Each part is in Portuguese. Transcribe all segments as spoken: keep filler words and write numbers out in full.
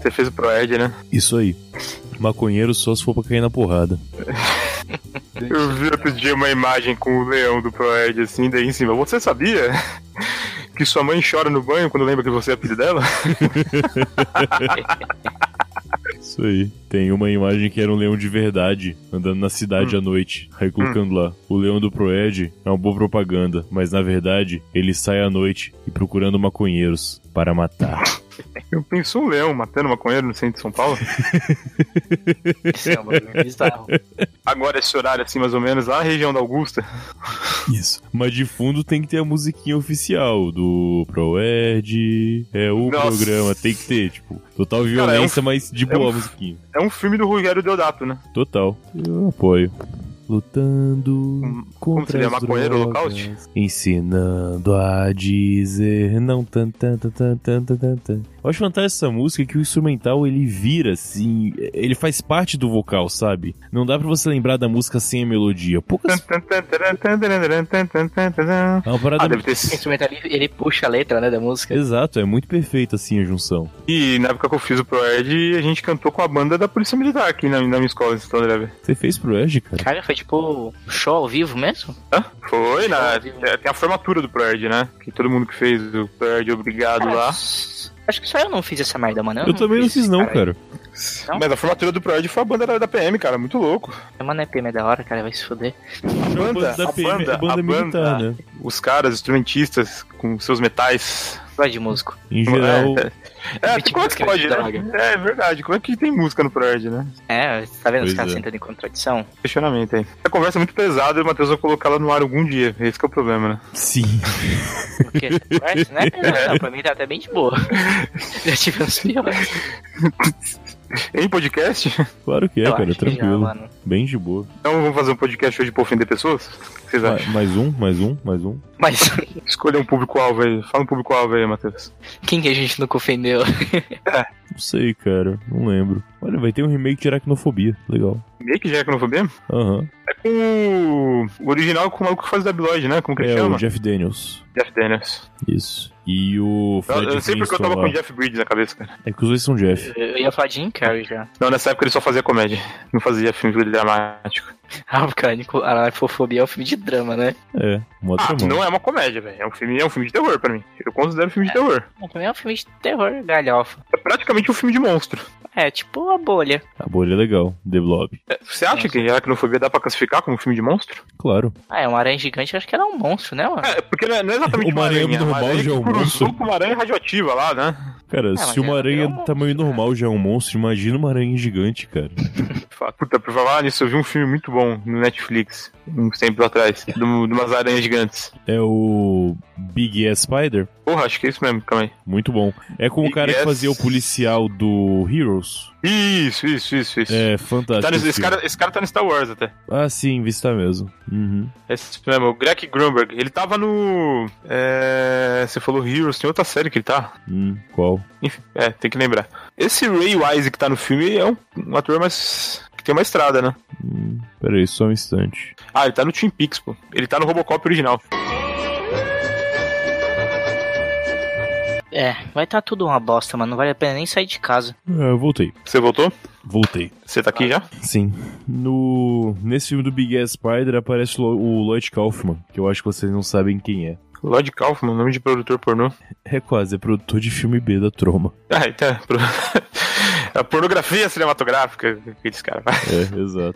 Você fez o Proerd, né? Isso aí. Maconheiro só se for pra cair na porrada. Eu vi outro dia uma imagem com o leão do Proerd, assim, daí em cima. Você sabia que sua mãe chora no banho quando lembra que você é filho dela? Isso aí. Tem uma imagem que era um leão de verdade, andando na cidade hum. à noite. Aí colocando hum. lá, o leão do Proerd é uma boa propaganda, mas na verdade, ele sai à noite e procurando maconheiros para matar. Eu penso um leão matando maconheiro no centro de São Paulo. Isso é um bagulho bizarro. Agora esse horário assim, mais ou menos, lá na região da Augusta. Isso. Mas de fundo tem que ter a musiquinha oficial do Proerd. É o Nossa. programa, tem que ter, tipo, total violência, Cara, é um, mas de boa é um, a musiquinha. É um filme do Rogério Deodato, né? Total. Eu apoio. Lutando hum, contra como as maconheiro drogas, ensinando a dizer não tan tan tan tan tan tan tan. Eu acho fantástica essa música que o instrumental ele vira assim, ele faz parte do vocal, sabe? Não dá pra você lembrar da música sem a melodia. Poucas... É uma parada... Ah, deve ter... O instrumental ele, ele puxa a letra, né, da música. Exato, é muito perfeita assim a junção. E na época que eu fiz o Proerd, a gente cantou com a banda da Polícia Militar aqui na, na minha escola, então, André. Você fez Proerd, cara? Cara, foi tipo show ao vivo mesmo? Hã? Foi, na... tem a formatura do Proerd, né? Que todo mundo que fez o Proerd obrigado ah, lá. Acho que só eu não fiz essa merda, mano. Eu, eu não também fiz, não fiz não, cara. cara. Não? Mas a formatura do Proerd foi a banda da, da P M, cara, muito louco. Mano, é P M é da hora, cara, vai se fuder. A banda, da a P M banda, é banda a militar, banda, né? Os caras, instrumentistas, com seus metais. Vai de músico. Em geral... É, é, é como é que pode, né? É verdade, como é que tem música no Proerd, né? É, tá vendo Pois os caras é. sentando em contradição? Questionamento aí. A conversa é muito pesada e o Matheus vai colocar ela no ar algum dia. Esse que é o problema, né? Sim. Porque conversa não é pesado, não. Pra mim tá até bem de boa. Já tive uns piores. Em podcast? Claro que é, Eu cara, acho que já, tranquilo. mano. Bem de boa. Então vamos fazer um podcast hoje pra ofender pessoas? O que vocês Ma- acham? mais um, mais um, mais um. Mas Escolha um público-alvo aí. Fala um público-alvo aí, Matheus. quem que a gente nunca ofendeu? Não sei, cara, não lembro. Olha, vai ter um remake de Aracnofobia, legal. Remake de Aracnofobia? Aham. É com o... o original com o maluco que faz o Debiloid, né? Como que ele É chama? o Jeff Daniels. Jeff Daniels. Isso. E o Eu, Fred eu sei porque eu Flintstone tava com lá. o Jeff Bridges na cabeça, cara. É que os dois são Jeff. Eu ia falar de Jim Carrey já. Não, nessa época ele só fazia comédia. Não fazia filme dramático. Ah, cara, a Aracnofobia é um filme de drama, né? É, uma outra Ah, mão. não é uma comédia, velho. É um filme, é um filme de terror pra mim. Eu considero filme de terror. Bom, pra mim é um filme de terror galhofa. É praticamente um filme de monstro. É, tipo a bolha. A bolha é legal, The Blob. É, Você acha que Aracnofobia dá pra classificar como um filme de monstro? Claro. Ah, é uma aranha gigante, eu acho que era um monstro, né, mano? É, porque não é, não é exatamente Uma aranha uma normal uma aranha já é um que cruzou monstro. com uma aranha radioativa lá, né? Cara, mas se uma é- aranha é um tamanho monstro, normal já é um monstro, imagina uma aranha gigante, cara. Puta, por falar nisso, eu vi um filme muito bom no Netflix, uns tempos atrás, de, um- de umas aranhas gigantes. É o Big Ass Spider? Porra, acho que é isso mesmo, calma aí. Muito bom. É com o Big cara que Ass- fazia o policial do Heroes. Isso, isso, isso, isso. É, Tá fantástico. nesse- esse, filme. cara, esse cara tá no Star Wars até. Ah, sim, vista mesmo. Uhum. Esse mesmo, o Greg Grunberg. Ele tava no... É, você falou Heroes, tem outra série que ele tá. Hum, qual? Enfim, é, tem que lembrar. Esse Ray Wise que tá no filme é um, um ator mais... que tem uma estrada, né? Hum, peraí, só um instante. Ah, ele tá no Twin Peaks, pô. Ele tá no Robocop original. É, vai tá tudo uma bosta, mano. Não vale a pena nem sair de casa. Ah, eu voltei. Você voltou? Voltei. Você tá aqui já? Sim. No... Nesse filme do Big Ass Spider aparece o Lo- o Lloyd Kaufman, que eu acho que vocês não sabem quem é. Lloyd Kaufman, nome de produtor pornô. É quase, é produtor de filme B da Troma. Ah, então... Pro... a pornografia cinematográfica que esse cara faz. É, exato.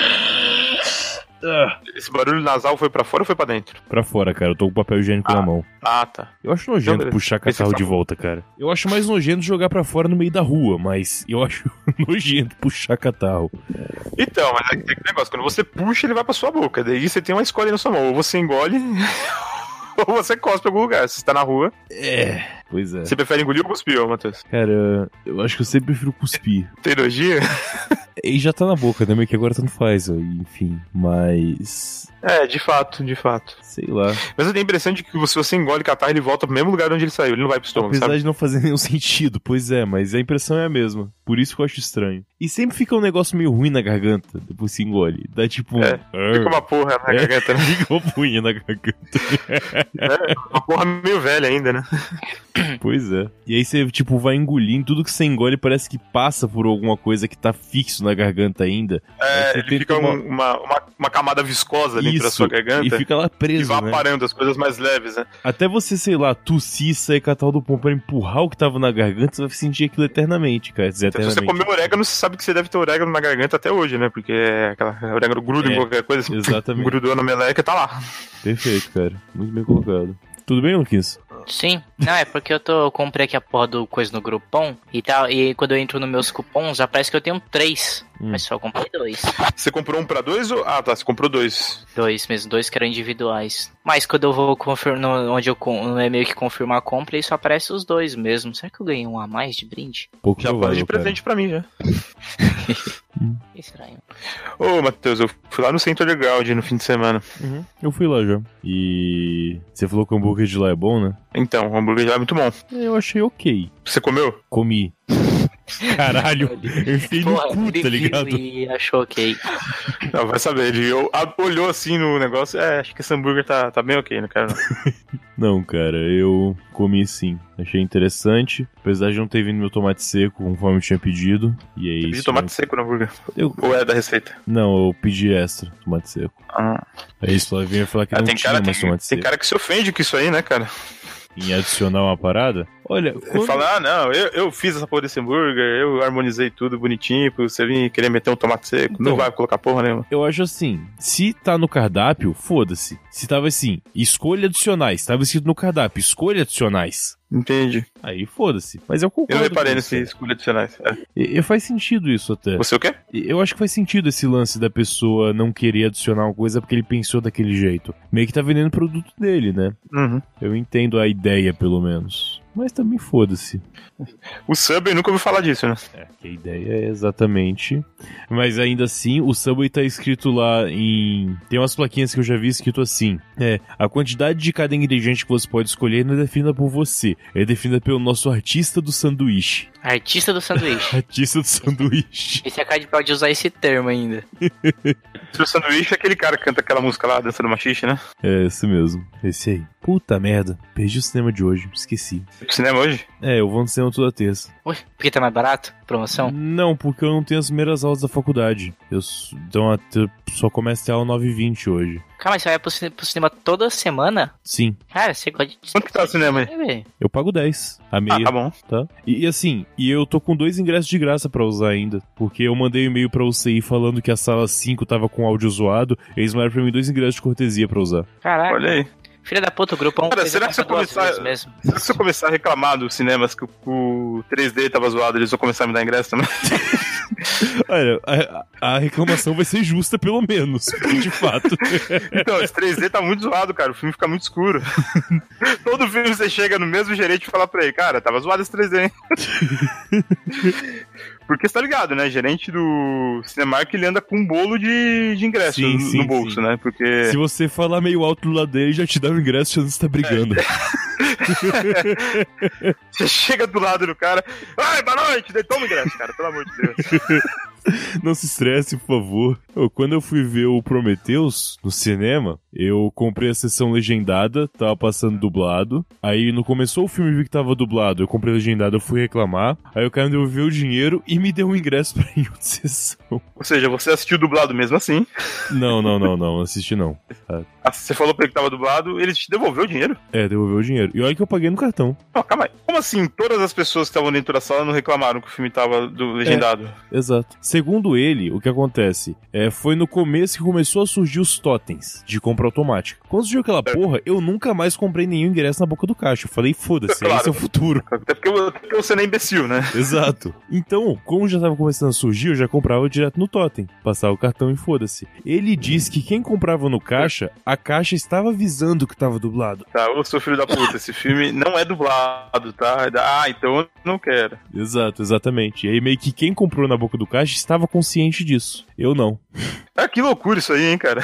Esse barulho nasal foi pra fora ou foi pra dentro? Pra fora, cara, eu tô com papel higiênico na mão. Ah, tá. Eu acho nojento Não, beleza. puxar catarro Esse de tá- volta, cara. Eu acho mais nojento jogar pra fora no meio da rua, mas eu acho nojento puxar catarro. Então, mas é que tem aquele negócio, quando você puxa, ele vai pra sua boca. Daí você tem uma escolha na sua mão. Ou você engole, ou você cospe em algum lugar. Se você tá na rua, É, pois é. você prefere engolir ou cuspir, ô, Matheus? Cara, eu acho que eu sempre prefiro cuspir. Tem nojinha? E já tá na boca, né? Meio que agora tanto faz, ó, enfim. Mas... É, de fato, de fato. sei lá. Mas eu tenho a impressão de que se você engole catarro, ele volta pro mesmo lugar onde ele saiu. Ele não vai pro estômago, Apesar sabe? de não fazer nenhum sentido, pois é, mas a impressão é a mesma. Por isso que eu acho estranho. E sempre fica um negócio meio ruim na garganta, depois se engole. Dá tipo um... É, fica uma porra na É. garganta, né? Fica uma punha na garganta. É, uma porra meio velha ainda, né? Pois é. E aí você, tipo, vai engolindo, tudo que você engole parece que passa por alguma coisa que tá fixo na garganta ainda. É, ele fica uma... Uma, uma, uma camada viscosa dentro da sua garganta. E fica lá preso, e vai né? aparando as coisas mais leves, né? Até você, sei lá, tossir, sair com a tal do pão pra empurrar o que tava na garganta, você vai sentir aquilo eternamente, cara. Dizer, Se você comer orégano, você sabe que você deve ter orégano na garganta até hoje, né? Porque é aquela orégano gruda é, em qualquer coisa. Assim, exatamente. Grudou na meleca e tá lá. Perfeito, cara. Muito bem colocado. Tudo bem, Luquinhas? Sim. Não, é porque eu tô eu comprei aqui a porra do coisa no Groupon e tal, e quando eu entro nos meus cupons, aparece que eu tenho três. Hum. Mas só eu comprei dois. Você comprou um pra dois ou... Ah, tá, você comprou dois. Dois mesmo, dois que eram individuais. Mas quando eu vou confirmar, onde eu no e-mail que confirmar a compra, aí só aparece os dois mesmo. Será que eu ganhei um a mais de brinde? Pouco já pode de presente pra mim, já. Que estranho. Ô, Matheus, eu fui lá no Centro Underground no fim de semana. Uhum. Eu fui lá já. E você falou que o hambúrguer de lá é bom, né? Então, o hambúrguer de lá é muito bom. Eu achei ok. Você comeu? Comi. Caralho, eu enfiei no Porra, cu, tá ligado? E achou ok. Não, vai saber, ele olhou assim no negócio, é, acho que esse hambúrguer tá, tá bem ok, não quero não. Não, cara, eu comi sim. Achei interessante, apesar de não ter vindo meu tomate seco conforme eu tinha pedido. E aí, Você pediu tomate seco no hambúrguer? Eu... Ou é da receita? Não, eu pedi extra, tomate seco. Ah. Aí isso lá vinha falar que ah, não tem tinha cara, mais tem, tomate tem seco. Tem cara que se ofende com isso aí, né, cara? Em adicionar uma parada? Olha, Ele quando... fala, ah, não, eu, eu fiz essa porra desse hambúrguer, eu harmonizei tudo bonitinho pra você vir querer meter um tomate seco. Então, não vai colocar porra nenhuma. Eu acho assim, se tá no cardápio, foda-se. Se tava assim, escolha adicionais, tava escrito no cardápio, escolha adicionais. Entendi. Aí foda-se. Mas eu concordo. Eu não reparei nesse escolha adicionais. É. E, e faz sentido isso até. Você o quê? Eu acho que faz sentido esse lance da pessoa não querer adicionar uma coisa porque ele pensou daquele jeito. Meio que tá vendendo o produto dele, né? Uhum. Eu entendo a ideia, pelo menos. Mas também foda-se. O Subway nunca ouviu falar disso, né? É, que a ideia é exatamente... Mas ainda assim, o Subway tá escrito lá em... Tem umas plaquinhas que eu já vi escrito assim. É, a quantidade de cada ingrediente que você pode escolher não é definida por você. É definida pelo nosso artista do sanduíche. Artista do sanduíche. Artista do sanduíche. E você acaba de pode usar esse termo ainda. O sanduíche é aquele cara que canta aquela música lá, Dança do Machixe, né? É, esse mesmo. Esse aí. Puta merda. Perdi o cinema de hoje. Esqueci. Cinema hoje? É, eu vou no cinema toda terça. Ué, porque tá mais barato? Promoção? Não, porque eu não tenho as primeiras aulas da faculdade. Eu, então, eu só começo a aula nove e vinte hoje. Cara, mas você vai pro, cine, pro cinema toda semana? Sim. Cara, você gosta de... Quanto que tá o cinema aí? Eu pago dez. A meia. Ah, tá bom. Tá? E, e assim, e eu tô com dois ingressos de graça pra usar ainda. Porque eu mandei um e-mail pra U C I falando que a sala cinco tava com áudio zoado. Eles mandaram pra mim dois ingressos de cortesia pra usar. Caraca. Olha aí. Filha da puta, o grupo é um... Cara, será que se eu começar... Mesmo. Será que se eu começar a reclamar dos cinemas que o três D tava zoado, eles vão começar a me dar ingresso também? Olha, a, a reclamação vai ser justa, pelo menos, de fato. Então, esse três D tá muito zoado, cara. O filme fica muito escuro. Todo filme você chega no mesmo gerente e fala pra ele, cara, tava zoado esse três D, hein? Porque você tá ligado, né? Gerente do Cinemark, ele anda com um bolo de, de ingresso sim, no, sim, no bolso, sim. né? Porque... Se você falar meio alto do lado dele, já te dá o ingresso achando que você tá brigando. É. Você chega do lado do cara, ai, boa noite, daí toma o ingresso, cara, pelo amor de Deus. Não se estresse, por favor. Eu, quando eu fui ver o Prometheus no cinema, eu comprei a sessão legendada, tava passando dublado. Aí, no começou o filme, vi que tava dublado, eu comprei legendado, eu fui reclamar. Aí o cara me devolveu o dinheiro e me deu um ingresso pra ir em outra sessão. Ou seja, você assistiu dublado mesmo assim? Não, não, não, não, assisti não. Ah, você falou pra ele que tava dublado, ele te devolveu o dinheiro? É, devolveu o dinheiro. E olha que eu paguei no cartão. Não, calma aí. Como assim todas as pessoas que estavam dentro da sala não reclamaram que o filme tava do legendado? É, exato. Segundo ele, o que acontece é, foi no começo que começou a surgir os totens de compra automática. Quando surgiu aquela é. porra, eu nunca mais comprei nenhum ingresso na boca do caixa. Eu falei, foda-se, é, claro. Esse é o futuro. Até porque, eu, até porque você não é imbecil, né? Exato. Então, como já tava começando a surgir, eu já comprava direto no totem. Passava o cartão e foda-se. Ele disse que quem comprava no caixa, a caixa estava avisando que tava dublado. Tá, ô seu filho da puta, esse filme não é dublado, tá? Ah, então eu não quero. Exato, exatamente. E aí meio que quem comprou na boca do caixa estava consciente disso. Eu não. Ah, que loucura isso aí, hein, cara?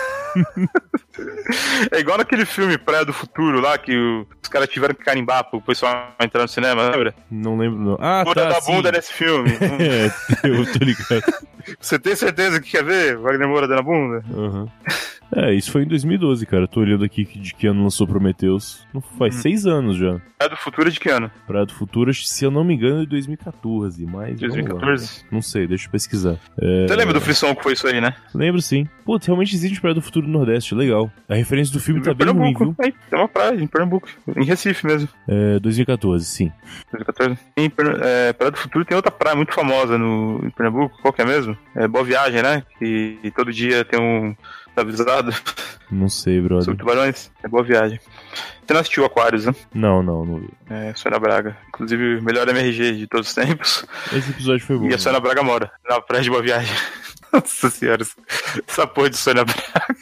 É igual naquele filme Praia do Futuro lá, que o, os caras tiveram que carimbar pro pessoal entrar no cinema, lembra? Não lembro, não. Ah, Bunda tá, da sim. bunda nesse filme. É, eu tô ligado. Você tem certeza que quer ver Wagner Moura dando a bunda? Uhum. É, isso foi em dois mil e doze, cara. Tô olhando aqui de que ano lançou Prometheus. Não faz hum. seis anos já. Praia do Futuro é de que ano? Praia do Futuro, se eu não me engano, é de dois mil e quatorze, mas... dois mil e quatorze? Não sei, deixa eu pesquisar. É... Você lembra do frisson que foi isso aí, né? Lembro, sim. Putz, realmente existe Praia do Futuro no Nordeste, legal. A referência do filme tá bem ruim, viu? É, tem uma praia em Pernambuco, em Recife mesmo. É, dois mil e quatorze, sim. dois mil e quatorze. Em é, Praia do Futuro tem outra praia muito famosa no, em Pernambuco, qual que é mesmo? É Boa Viagem, né? Que, que todo dia tem um... Tá avisado? Não sei, brother. Sobre tubarões? É Boa Viagem. Você não assistiu Aquários, né? Não, não, não vi. É, Sônia Braga. Inclusive, o melhor M R G de todos os tempos. Esse episódio foi bom. E a Sônia Braga mora na praia de Boa Viagem. Nossa senhora, essa porra de Sônia Braga.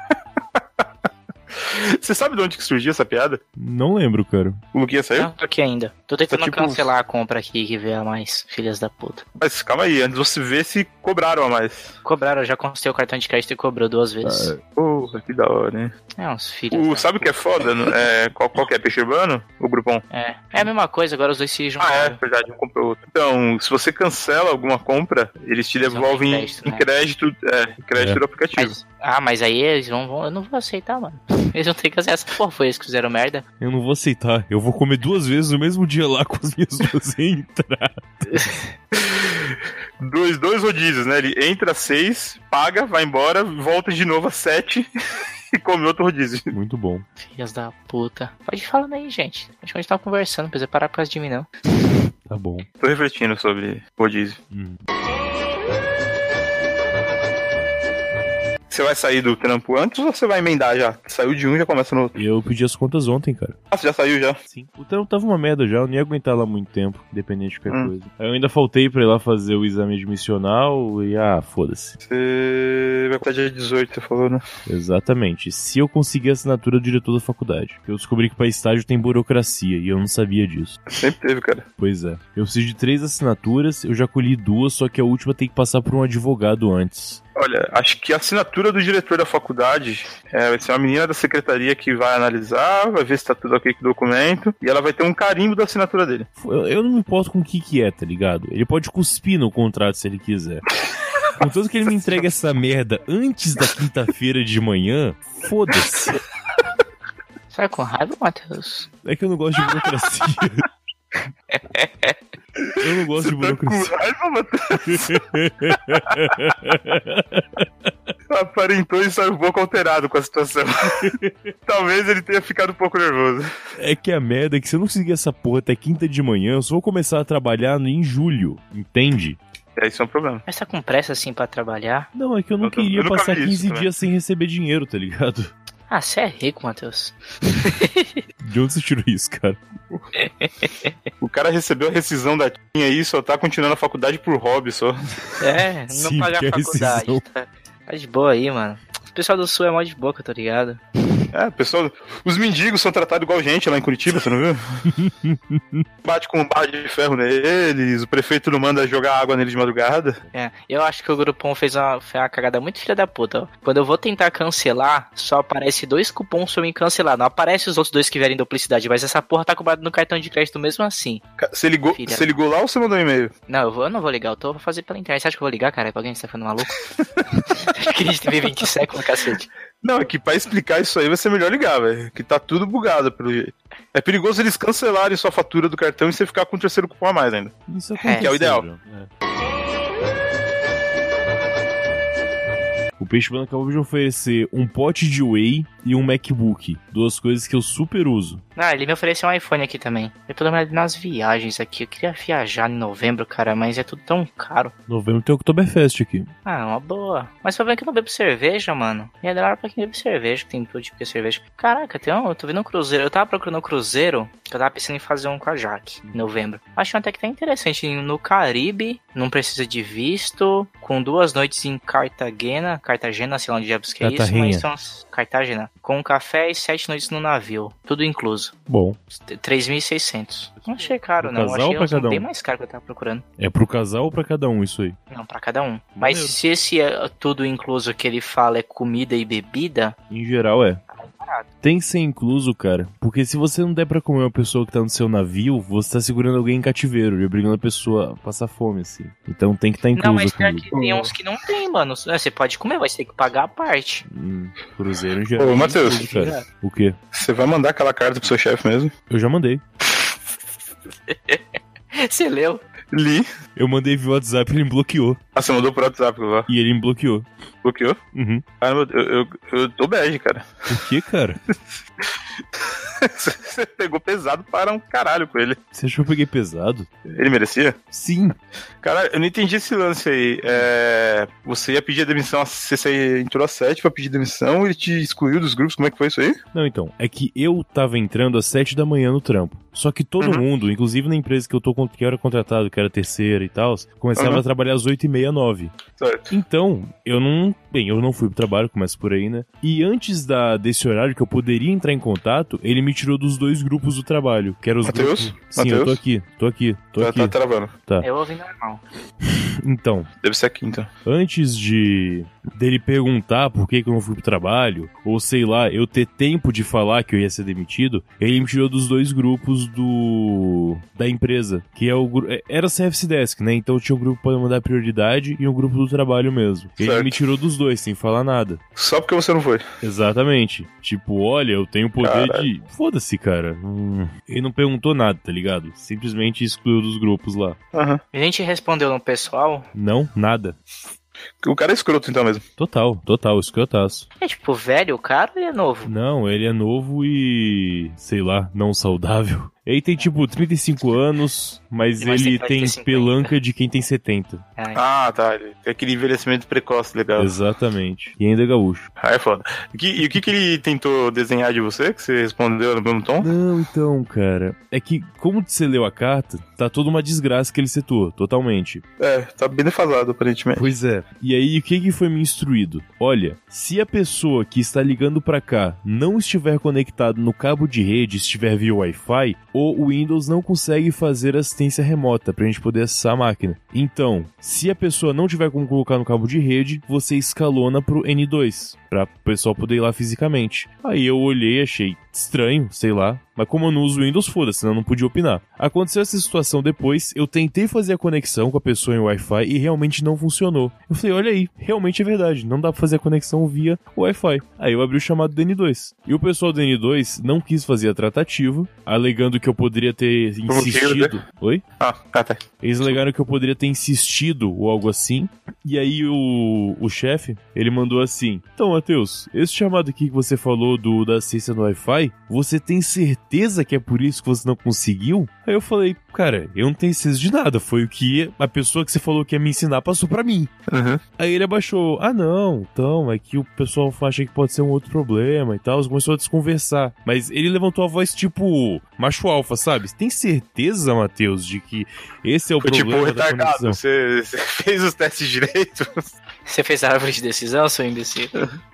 Você sabe de onde que surgiu essa piada? Não lembro, cara. O Luquinha saiu? Não, tô aqui ainda. Tô tentando tá, tipo... cancelar a compra aqui que veio a mais, filhas da puta. Mas calma aí, antes você vê se cobraram a mais. Cobraram, eu já consultei o cartão de crédito e cobrou duas vezes. Ah, porra, que da hora, hein? É, uns filhos. O, sabe o que é foda? É, qual, qual que é? Peixe Urbano ou Groupon? É, é a mesma coisa, agora os dois se juntaram. Ah, é, verdade, um comprou outro. Então, se você cancela alguma compra, eles te devolvem crédito, em né? crédito, é, crédito é. do aplicativo. Mas, ah, mas aí eles vão, vão, eu não vou aceitar, mano. Eles vão ter que fazer essa porra, foi eles que fizeram merda. Eu não vou aceitar, eu vou comer duas vezes no mesmo dia lá com as minhas duas entradas. Dois, dois rodízios, né? Ele entra às seis, paga, vai embora, volta de novo às sete e come outro rodízio. Muito bom. Filhas da puta. Pode ir falando aí, gente. Acho que a gente tava conversando, não precisa parar por causa de mim, não. Tá bom. Tô refletindo sobre rodízio. Hum. Você vai sair do trampo antes ou você vai emendar já? Saiu de um e já começa no outro? Eu pedi as contas ontem, cara. Ah, você já saiu já? Sim. O trampo tava uma merda já, eu não ia aguentar lá muito tempo, independente de qualquer hum. coisa. Aí eu ainda faltei pra ir lá fazer o exame admissional e ah, foda-se. Você vai até dia dezoito, você falou, né? Exatamente. Se eu conseguir a assinatura do diretor da faculdade. Eu descobri que pra estágio tem burocracia e eu não sabia disso. Sempre teve, cara. Pois é. Eu preciso de três assinaturas, eu já colhi duas, só que a última tem que passar por um advogado antes. Olha, acho que a assinatura do diretor da faculdade é, vai ser uma menina da secretaria que vai analisar, vai ver se tá tudo ok com o documento, e ela vai ter um carimbo da assinatura dele. Eu, eu não me importo com o que que é, tá ligado? Ele pode cuspir no contrato se ele quiser. Contanto que ele me entrega essa merda antes da quinta-feira de manhã, foda-se. Sai com raiva, Matheus? É que eu não gosto de burocracia. Eu não gosto Você de burocracia. Tá com raiva, Matheus? Aparentou e saiu um pouco alterado com a situação. Talvez ele tenha ficado um pouco nervoso. É que a merda é que se eu não conseguir essa porra até quinta de manhã, eu só vou começar a trabalhar em julho, entende? É, isso é um problema. Mas tá com pressa assim pra trabalhar? Não, é que eu não eu tô, queria eu passar quinze isso, dias sem receber dinheiro, tá ligado? Ah, você é rico, Matheus. De onde você tirou isso, cara? O cara recebeu a rescisão da tinha aí e só tá continuando a faculdade por hobby só. É, não Sim, pagar a faculdade. Rescisão. Tá, tá de boa aí, mano. O pessoal do Sul é mó de boca, tô ligado. É, pessoal, os mendigos são tratados igual gente lá em Curitiba, você não viu? Bate com um barra de ferro neles, o prefeito não manda jogar água neles de madrugada. É, eu acho que o Groupon fez uma, fez uma cagada muito filha da puta, ó. Quando eu vou tentar cancelar, só aparece dois cupons pra eu me cancelar. Não aparece os outros dois que vierem duplicidade, mas essa porra tá cobrada no cartão de crédito mesmo assim. Você ligou, você ligou lá ou você mandou um e-mail? Não, eu, vou, eu não vou ligar, eu tô fazer pela internet. Você acha que eu vou ligar, cara? Pra alguém que tá ficando maluco? Acho que a gente vive em que século, cacete. Não, é que pra explicar isso aí vai ser melhor ligar, velho. Que tá tudo bugado pelo jeito. É perigoso eles cancelarem sua fatura do cartão e você ficar com o terceiro cupom a mais ainda. Isso é, que é o ideal. É. O Peixe Branco acabou de oferecer um pote de whey e um MacBook. Duas coisas que eu super uso. Ah, ele me ofereceu um iPhone aqui também. Eu tô dando nas viagens aqui. Eu queria viajar em novembro, cara, mas é tudo tão caro. Novembro tem o Oktoberfest aqui. Ah, uma boa. Mas o problema é que eu não bebo cerveja, mano. E é da hora pra quem bebe cerveja, que tem todo tipo de cerveja. Caraca, tem um, eu tô vendo um cruzeiro. Eu tava procurando um cruzeiro, que eu tava pensando em fazer um com a Jaque, em novembro. Acho até que tá interessante. No Caribe, não precisa de visto, com duas noites em Cartagena, Cartagena, sei lá onde diabos que é isso, mas são Cartagena. Com um café e sete noites no navio. Tudo incluso. Bom. três mil e seiscentos. Não achei caro, pro não. Casal Achei ou pra cada um? bem mais caro que eu tava procurando. É pro casal ou pra cada um isso aí? Não, pra cada um. Mas se esse é tudo incluso que ele fala é comida e bebida... Em geral é. Tá barato. Tem que ser incluso, cara. Porque se você não der pra comer uma pessoa que tá no seu navio, você tá segurando alguém em cativeiro e obrigando a pessoa a passar fome, assim. Então tem que estar tá incluso. Não, mas pior comigo. que tem uns que não tem, mano. Você pode comer, mas tem que pagar a parte. Hum, cruzeiro já. Ô, Matheus. Cara. O quê? Você vai mandar aquela carta pro seu chefe mesmo? Eu já mandei. Você leu? Li. Eu mandei via WhatsApp e ele me bloqueou. Ah, você mandou por WhatsApp lá. E ele me bloqueou. Bloqueou? Uhum. Caramba, eu, eu, eu tô bad, cara. Por que, cara? Você pegou pesado para um caralho com ele. Você achou que eu peguei pesado? Ele merecia? Sim. Caralho, eu não entendi esse lance aí. É... Você ia pedir a demissão, você entrou às sete pra pedir demissão, ele te excluiu dos grupos, como é que foi isso aí? Não, então, é que eu tava entrando às sete da manhã no trampo. Só que todo uhum. mundo, inclusive na empresa que eu tô que eu era contratado, que era terceira e tal, começava uhum. a trabalhar às oito e meia, nove. Certo. Então, eu não... Bem, eu não fui pro trabalho, começa por aí, né? E antes da, desse horário que eu poderia entrar em contato, ele me tirou dos dois grupos do trabalho, que eram os Mateus? grupos... Sim, Mateus? eu tô aqui, tô aqui, tô tá, aqui. Tá travando. Tá. Eu ouvi normal. Então... Deve ser aqui, então. Antes de... dele perguntar por que, que eu não fui pro trabalho, ou sei lá, eu ter tempo de falar que eu ia ser demitido, ele me tirou dos dois grupos do... da empresa, que é o grupo... Era C F C Desk, né? Então tinha um grupo pra mandar prioridade e um grupo do trabalho mesmo. Ele certo. me tirou dos dois, sem falar nada. Só porque você não foi. Exatamente. Tipo, olha, eu tenho poder Caralho. de... Foda-se, cara. Hum... Ele não perguntou nada, tá ligado? Simplesmente excluiu dos grupos lá. Uhum. A gente respondeu no pessoal? Não, nada. O cara é escroto então mesmo. Total, total, escrotaço. É tipo, velho o cara ou ele é novo? Não, ele é novo e... sei lá, não saudável. Ele tem tipo trinta e cinco anos, mas, mas ele tem pelanca de quem tem setenta. Ai. Ah, tá. Ele tem aquele envelhecimento precoce legal. Exatamente. E ainda é gaúcho. Ah, é foda. E, que, e o que, que ele tentou desenhar de você, que você respondeu no mesmo tom? Não, então, cara. É que, como você leu a carta, tá toda uma desgraça que ele setou, totalmente. É, tá bem defasado, aparentemente. Pois é. E aí, o que, que foi me instruído? Olha, se a pessoa que está ligando pra cá não estiver conectado no cabo de rede, estiver via Wi-Fi, o Windows não consegue fazer assistência remota pra gente poder acessar a máquina. Então, se a pessoa não tiver como colocar no cabo de rede, você escalona pro N dois, pra o pessoal poder ir lá fisicamente. Aí eu olhei e achei estranho, sei lá, mas como eu não uso Windows, foda-se, senão eu não podia opinar. Aconteceu essa situação depois, eu tentei fazer a conexão com a pessoa em Wi-Fi e realmente não funcionou. Eu falei, olha aí, realmente é verdade, não dá pra fazer a conexão via Wi-Fi. Aí eu abri o chamado do N dois. E o pessoal do N dois não quis fazer a tratativa, alegando que eu poderia ter insistido... Oi? Ah, tá, tá. Eles alegaram que eu poderia ter insistido ou algo assim. E aí o, o chefe, ele mandou assim, então, Matheus, esse chamado aqui que você falou do, da assistência no Wi-Fi, você tem certeza que é por isso que você não conseguiu? Aí eu falei, cara, eu não tenho certeza de nada, foi o que a pessoa que você falou que ia me ensinar passou pra mim. Uhum. Aí ele abaixou, ah não, então, é que o pessoal acha que pode ser um outro problema e tal, começou a desconversar. Mas ele levantou a voz tipo macho alfa, sabe? Você tem certeza, Matheus, de que esse é o foi problema tipo da retardado, você, você fez os testes direito? Você fez a árvore de decisão, seu imbecil?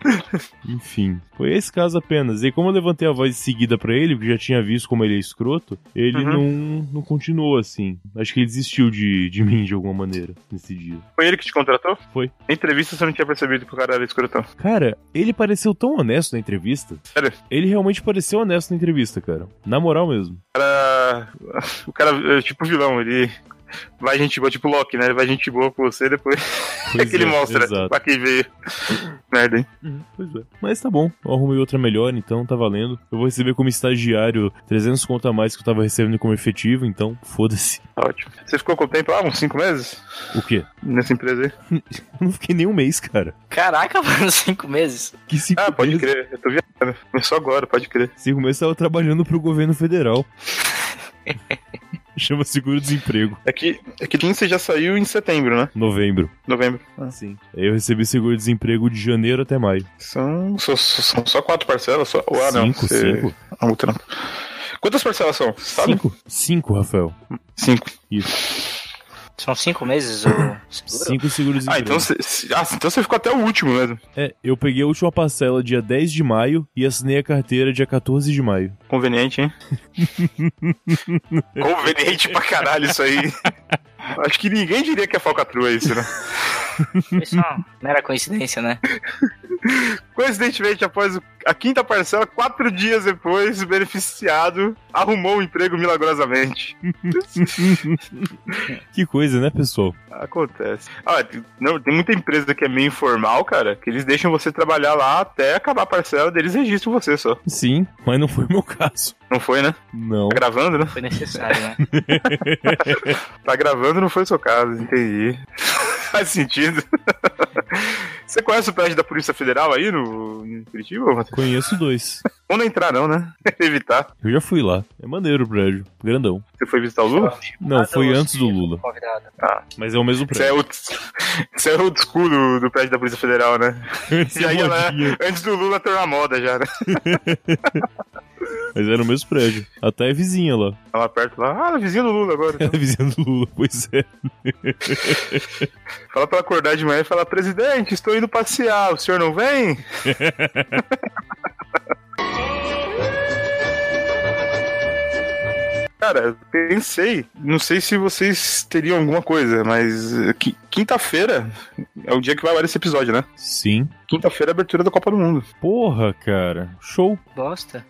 Enfim, foi esse caso apenas. E como eu levantei a voz em seguida pra ele, porque já tinha visto como ele é escroto, ele uhum. não, não continuou assim. Acho que ele desistiu de, de mim de alguma maneira nesse dia. Foi ele que te contratou? Foi. Na entrevista você não tinha percebido que o cara era escrotão? Cara, ele pareceu tão honesto na entrevista. Sério? Ele realmente pareceu honesto na entrevista, cara. Na moral mesmo. O cara... O cara é tipo vilão, ele... Vai gente boa, tipo Loki, né? Ele vai gente boa com você, depois é que ele é, mostra exato. Pra quem veio. Merda, hein? Uhum, pois é. Mas tá bom, eu arrumei outra melhor, então tá valendo. Eu vou receber como estagiário trezentos conto a mais que eu tava recebendo como efetivo, então foda-se. Ótimo. Você ficou com o tempo lá, uns cinco meses? O quê? Nessa empresa aí? Eu não fiquei nem um mês, cara. Caraca, mano, cinco meses? Que cinco Ah, pode meses? crer, eu tô viajando. Começou agora, pode crer. Cinco meses eu tava trabalhando pro governo federal. Chama seguro-desemprego. É que, é que você já saiu em setembro, né? Novembro. Novembro. Ah, sim. Aí eu recebi seguro-desemprego de janeiro até maio. São, são, são só quatro parcelas? Só... Ah, não. Cinco, você... cinco. Ah, um trampo. Quantas parcelas são? Sabe? Cinco. Cinco, Rafael. Cinco. Isso. São cinco meses o seguro? Cinco seguros de ah, então você, ah, então você ficou até o último mesmo. É, eu peguei a última parcela dia dez de maio e assinei a carteira dia quatorze de maio. Conveniente, hein? Conveniente pra caralho isso aí. Acho que ninguém diria que é falcatrua isso, né? Foi só uma mera coincidência, né? Coincidentemente, após a quinta parcela, quatro dias depois, o beneficiado arrumou um emprego milagrosamente. Que coisa, né, pessoal? Acontece. Ah, não, tem muita empresa que é meio informal, cara, que eles deixam você trabalhar lá até acabar a parcela deles, registram você só. Sim, mas não foi o meu caso. Não foi, né? Não. Tá gravando, né? Foi necessário, né? Tá gravando, não foi o seu caso, entendi. Faz sentido. Você conhece o prédio da Polícia Federal aí no em Curitiba? Conheço dois. Ou não entrar não, né? Evitar. Eu já fui lá. É maneiro o prédio. Grandão. Você foi visitar o Lula? Não, foi antes do Lula. Ah. Mas é o mesmo Isso é prédio. o, isso é o escudo do, do prédio da Polícia Federal, né? E aí ela, antes do Lula tornar moda já, né? Mas era o mesmo prédio. Até é vizinha lá. Ela perto lá. Ah, vizinha do Lula agora. É Então. vizinha do Lula, pois é. Fala pra ela acordar de manhã e falar: presidente, estou indo passear, o senhor não vem? Cara, eu pensei, não sei se vocês teriam alguma coisa, mas qui- quinta-feira é o dia que vai ao esse episódio, né? Sim. Quinta-feira é a abertura da Copa do Mundo. Porra, cara. Show. Bosta.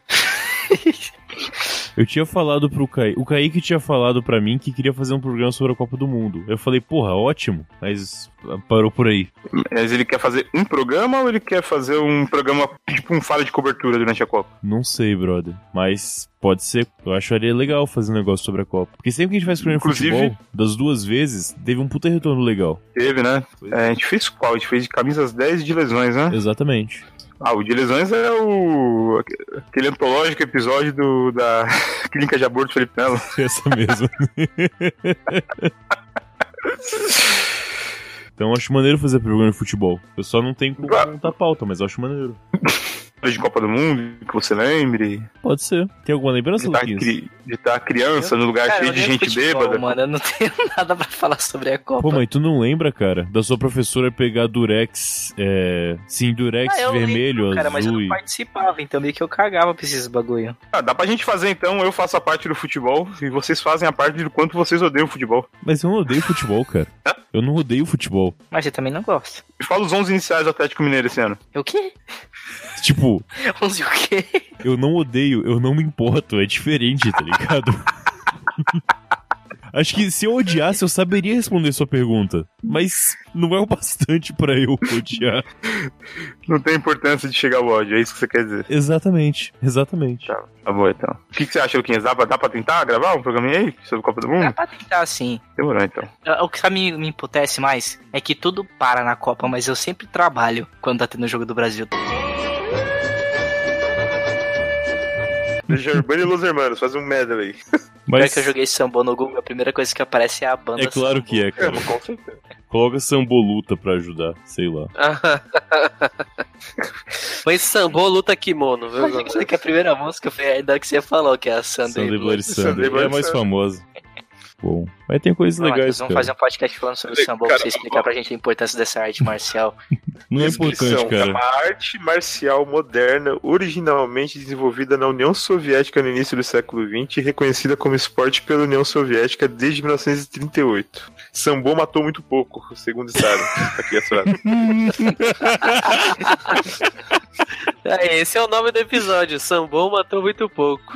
Eu tinha falado pro Kaique. O Kaique tinha falado pra mim que queria fazer um programa sobre a Copa do Mundo. Eu falei, porra, ótimo. Mas parou por aí. Mas ele quer fazer um programa ou ele quer fazer um programa, tipo um fala de cobertura durante a Copa? Não sei, brother. Mas pode ser. Eu acharia legal fazer um negócio sobre a Copa. Porque sempre que a gente faz programa de Inclusive- futebol, das duas vezes, teve um puta retorno legal. Teve, né? É, a gente fez qual? A gente fez de camisas dez e de lesões, né? Exatamente. Ah, o de lesões é o... aquele antológico episódio do, da clínica de aborto Felipe Melo. Essa mesmo. Então acho maneiro fazer programa de futebol. Eu só não tenho como montar pauta, mas eu acho maneiro. De Copa do Mundo, que você lembre. Pode ser. Tem alguma lembrança, De estar Luquinhas? cri... de tá criança no lugar Cara, cheio eu de nem gente futebol, bêbada. Mano, eu não tenho nada pra falar sobre a Copa. Pô, mas tu não lembra, cara, da sua professora pegar durex, é... sim, durex Ah, eu vermelho, lembro, cara, azul mas eu não e... participava, então meio que eu cagava pra esses bagulho. Ah, dá pra gente fazer então, eu faço a parte do futebol e vocês fazem a parte do quanto vocês odeiam o futebol. Mas eu não odeio futebol, cara. Eu não odeio futebol. Mas você também não gosta. Me fala os onze iniciais do Atlético Mineiro esse ano. O quê? Tipo, onze o quê? eu não odeio, eu não me importo, é diferente, tá ligado? Acho que se eu odiasse, eu saberia responder sua pergunta. Mas não é o bastante pra eu odiar. Não tem importância de chegar ao ódio, é isso que você quer dizer. Exatamente, exatamente. Tá, tá bom então. O que, que você acha, Luquinhas? Dá pra, dá pra tentar gravar um programinha aí sobre a Copa do Dá Mundo? pra tentar sim. Demorou então. O que sabe me, me emputece mais é que tudo para na Copa, mas eu sempre trabalho quando tá tendo o jogo do Brasil. Germano e Los Hermanos, faz um medley. Mas... Mas que eu joguei samba no Google, a primeira coisa que aparece é a banda. é claro Sambo. que é, cara. com certeza. Coloca Samboluta pra ajudar, sei lá. Foi Sambô Luta Kimono, viu? Mas isso aqui é a primeira música, foi ainda que você falou, que é a Sunday Sunday Bloody. Bloody Sunday Sunday. É Bloody a mais Sunday. famosa. Bom, mas tem coisas Não, legais, nós vamos cara. fazer um podcast falando sobre o samba pra você explicar pra gente a importância dessa arte marcial. Não é Descrição, importante, É cara. uma arte marcial moderna, originalmente desenvolvida na União Soviética no início do século vinte e reconhecida como esporte pela União Soviética desde mil novecentos e trinta e oito. Sambo matou muito pouco, segundo sabe. Aqui a frase. É, esse é o nome do episódio. Sambô matou muito pouco.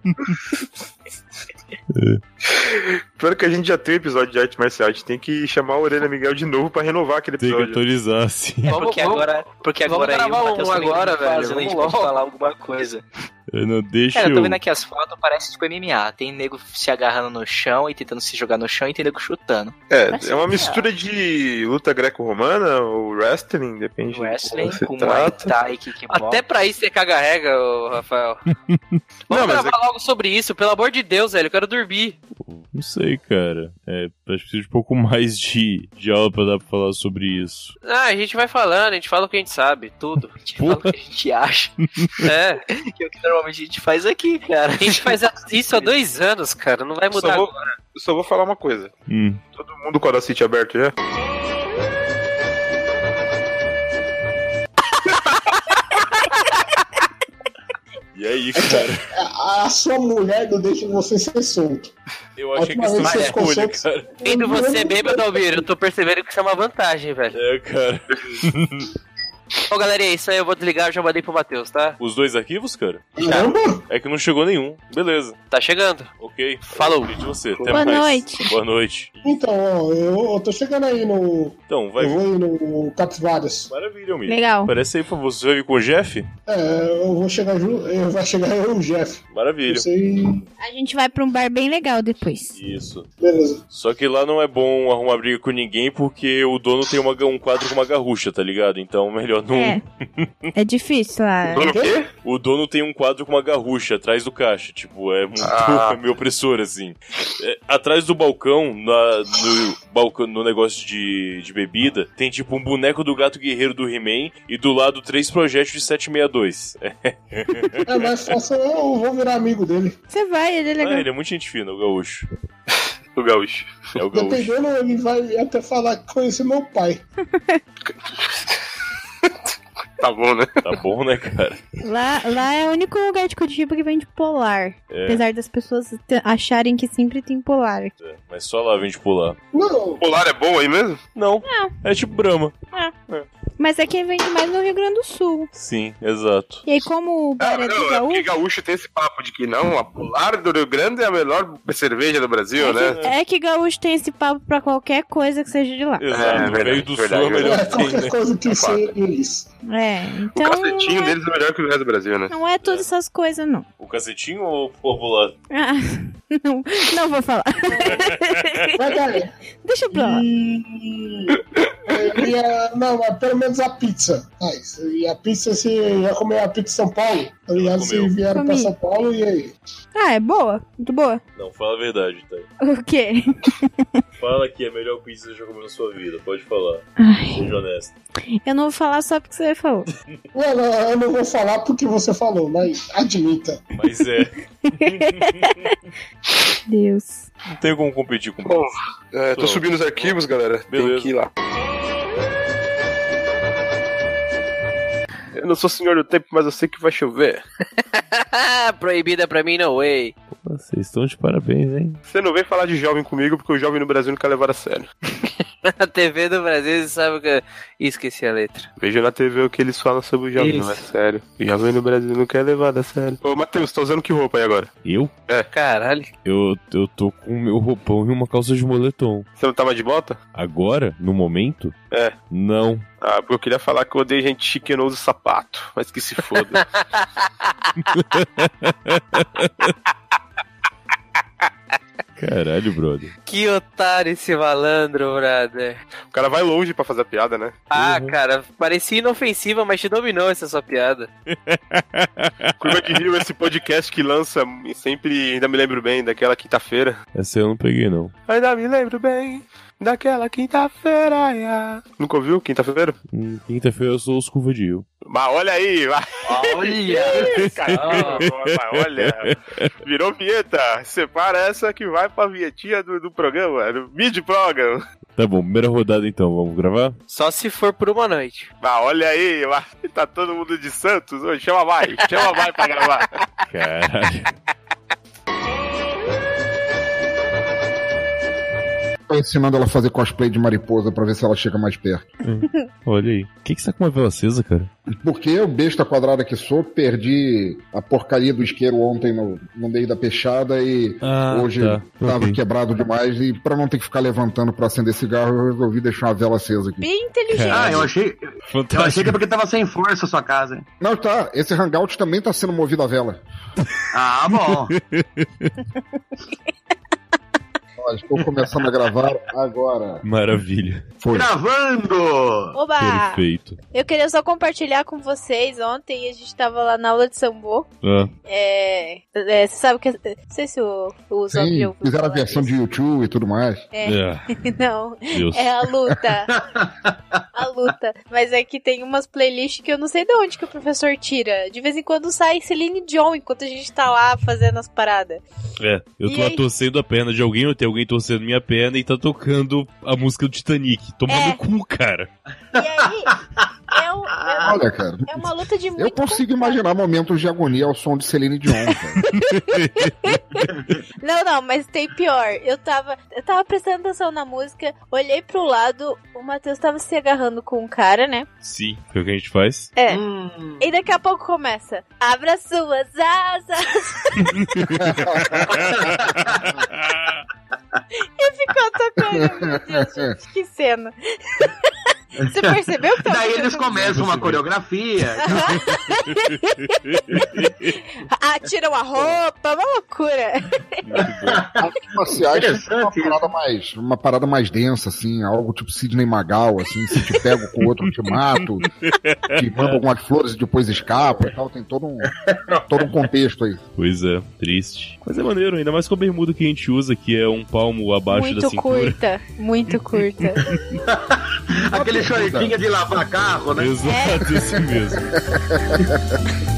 Pior que a gente já tem um episódio de arte marcial, a gente tem que chamar o Orelha Miguel de novo pra renovar aquele Tem que episódio. atualizar, sim. É Vamos- porque vamos- agora, porque vamos agora aí o gravar Matheus um também agora, tá fazendo, velho, a gente vamos pode logo. falar alguma coisa. Eu não deixo. Cara, eu tô eu- vendo aqui as fotos, parece tipo M M A. Tem nego se agarrando no chão e tentando se jogar no chão e tem nego chutando. É, Mas é uma sim, mistura de luta greco-romana ou wrestling, depende Wrestling de como com você Muay trata. Thai, kickbox. Até pra isso você caga-rega, ô, Rafael. Vamos Não, mas gravar logo sobre isso, pelo amor de Deus, velho. Eu quero dormir. Não sei, cara. É, acho que precisa de um pouco mais de, de aula pra dar pra falar sobre isso. Ah, a gente vai falando, a gente fala o que a gente sabe, tudo. A gente fala o que a gente acha, É, que é o que normalmente a gente faz aqui, cara. a gente faz isso há dois anos, cara. Não vai Eu mudar só, vou, agora. eu só vou falar uma coisa. Hum. Todo mundo com o Audacity aberto já? E aí, cara? A, a sua mulher não deixa você ser solto. Eu achei que isso é foi escolha, cara. Tendo você bêbado, Almir, eu tô percebendo que isso é uma vantagem, velho. É, cara. Ô, galera, é isso aí, eu vou desligar, eu já mandei pro Matheus, tá? Os dois arquivos, cara? Caramba! É que não chegou nenhum. Beleza. Tá chegando. Ok. Falou. De você. Até Boa mais. noite. Boa noite. Então, ó, eu, eu tô chegando aí no. Então, vai Eu vir. vou ir no Capivarius. Maravilha, amigo. Legal. Parece aí, por favor. Você vai vir com o Jeff? É, eu vou chegar junto. Vai chegar eu e o Jeff. Maravilha. Eu sei. A gente vai pra um bar bem legal depois. Isso. Beleza. Só que lá não é bom arrumar briga com ninguém porque o dono tem uma, um quadro com uma garrucha, tá ligado? Então melhor não. É. É difícil lá. Dono o quê? O dono tem um quadro com uma garrucha atrás do caixa. Tipo, é muito Ah. meio opressor, assim. É, atrás do balcão, na, no, balcão, no negócio de, de bebida, tem tipo um boneco do gato guerreiro do He-Man e do lado três projéteis de sete sessenta e dois. É, É mais fácil, eu vou virar amigo dele. Você vai, ele é legal. ah, ele é muito gente fina, o gaúcho. O gaúcho. É o gaúcho. Dependendo, ele vai até falar que conhece meu pai. Tá bom, né? Tá bom, né, cara? Lá, lá é o único lugar de Curitiba que vende polar. É. Apesar das pessoas te- acharem que sempre tem polar. É, mas só lá vem de pular. Não, Polar é bom aí mesmo? Não. É tipo Brahma. Mas aqui vende mais no Rio Grande do Sul. Sim, exato. E aí, como o bar Não, é do não, é porque gaúcho, gaúcho tem esse papo de que não, a Polar do Rio Grande é a melhor cerveja do Brasil, né? é que gaúcho tem esse papo pra qualquer coisa que seja de lá. Exato. É, verdade, Veio do verdade, sul é melhor é que tem, qualquer né? coisa que É seja eles. É, O então cacetinho não é, deles é melhor que o resto do Brasil, né? não é todas essas coisas, não. O cacetinho ou o popular? Ah, não, não vou falar. Vai, galera. Deixa pra lá. E... é, e a- não, mas pelo menos a pizza. Mas, e a pizza, se ia comer a pizza em São Paulo, tá ligado? Se comeu. vieram pra Comi. São Paulo, e aí? Ah, é boa? Muito boa. Não, fala a verdade, tá? O quê? Fala que é a melhor pizza que você já comeu na sua vida, pode falar. Ai, Seja honesto. eu não vou falar só porque você falou. Não, não, eu não vou falar porque você falou, mas admita. Mas é, Deus. não tem como competir com Bom, pizza. é, tô Tô. subindo os arquivos, galera. Tem Beleza. que ir lá. Eu não sou senhor do tempo, mas eu sei que vai chover. Proibida pra mim, no way. Vocês estão de parabéns, hein? Você não vem falar de jovem comigo, porque o jovem no Brasil não quer levar a sério. Na T V do Brasil, você sabe que eu esqueci a letra. Veja na T V o que eles falam sobre o jovem, Isso. não é sério. O jovem no Brasil não quer levar a sério. Ô, Matheus, tá usando que roupa aí agora? Eu? Caralho. Eu, eu tô com o meu roupão e uma calça de moletom. Você não tava de bota? Agora? No momento? É. Não. Ah, porque eu queria falar que eu odeio gente chique que não usa sapato. Mas que se foda. Caralho, brother. Que otário esse malandro, brother. O cara vai longe pra fazer a piada, né? Ah, Uhum. cara, parecia inofensiva, mas te dominou essa sua piada. Curva de Rio, esse podcast que lança e sempre, ainda me lembro bem, daquela quinta-feira. Essa eu não peguei, não. Ainda me lembro bem daquela quinta-feira. Yeah. Nunca ouviu quinta-feira? Hum, Quinta-feira eu sou os Curva de Rio. Mas olha aí, vai. Olha! Caramba, mas olha. Virou vinheta. Separa essa que vai pra vinhetinha do, do programa, do mid-program. Tá bom, primeira rodada então, vamos gravar? Só se for por uma noite. Mas olha aí, vai. Tá todo mundo de Santos. Ô, chama mais, chama mais pra gravar. Caralho. Tô ensinando ela a fazer cosplay de mariposa pra ver se ela chega mais perto. Olha aí. Por que, que você tá com uma vela acesa, cara? Porque eu, besta quadrada que sou, perdi a porcaria do isqueiro ontem no, no meio da peixada e Ah, hoje tá. tava Ok. quebrado demais. E pra não ter que ficar levantando pra acender cigarro, eu resolvi deixar uma vela acesa aqui. Bem inteligente. Ah, eu achei, eu Fantástico. achei que é porque tava sem força a sua casa. hein? Não, tá. Esse hangout também tá sendo movido a vela. Ah, bom. Ó, estou começando a gravar agora. Maravilha. Foi. Gravando! Oba! Perfeito. Eu queria só compartilhar com vocês. Ontem a gente tava lá na aula de sambo. Ah, É. é, você sabe que. Não sei se o, o Zop Sim, já ouviu fizeram a falar versão disso. de YouTube e tudo mais. É. é. Não. Deus. É a luta. A luta. Mas é que tem umas playlists que eu não sei de onde que o professor tira. De vez em quando sai Celine Dion enquanto a gente tá lá fazendo as paradas. É, eu E tô lá aí? torcendo a perna de alguém, ou tem alguém torcendo minha perna e tá tocando a música do Titanic. Toma É. no cu, cara. E aí, É, um, é, Olha, cara. é uma luta de muito Eu consigo imaginar momentos de agonia ao som de Celine Dion, cara. Não, não, mas tem pior. Eu tava, eu tava prestando atenção na música, olhei pro lado, o Matheus tava se agarrando com um cara, né? Sim, foi o que a gente faz. É. Hum. E daqui a pouco começa. Abra suas asas. E ficou tocando. Meu Deus, gente, que cena. Você percebeu que tava Daí eles acontecendo? começam uma coreografia. Ah, tiram a roupa, uma loucura. Artes marciais tem uma parada, mais, uma parada mais densa, assim, algo tipo Sidney Magal, assim, se te pego com o outro, te mato, te mando algumas flores e depois escapa e tal, tem todo um, todo um contexto aí. Pois é, triste. Mas é maneiro, ainda mais com a bermuda que a gente usa, que é um palmo abaixo da Muito cintura. curta, muito curta. Aquele choretinho de lavar carro, né? Exato, esse mesmo.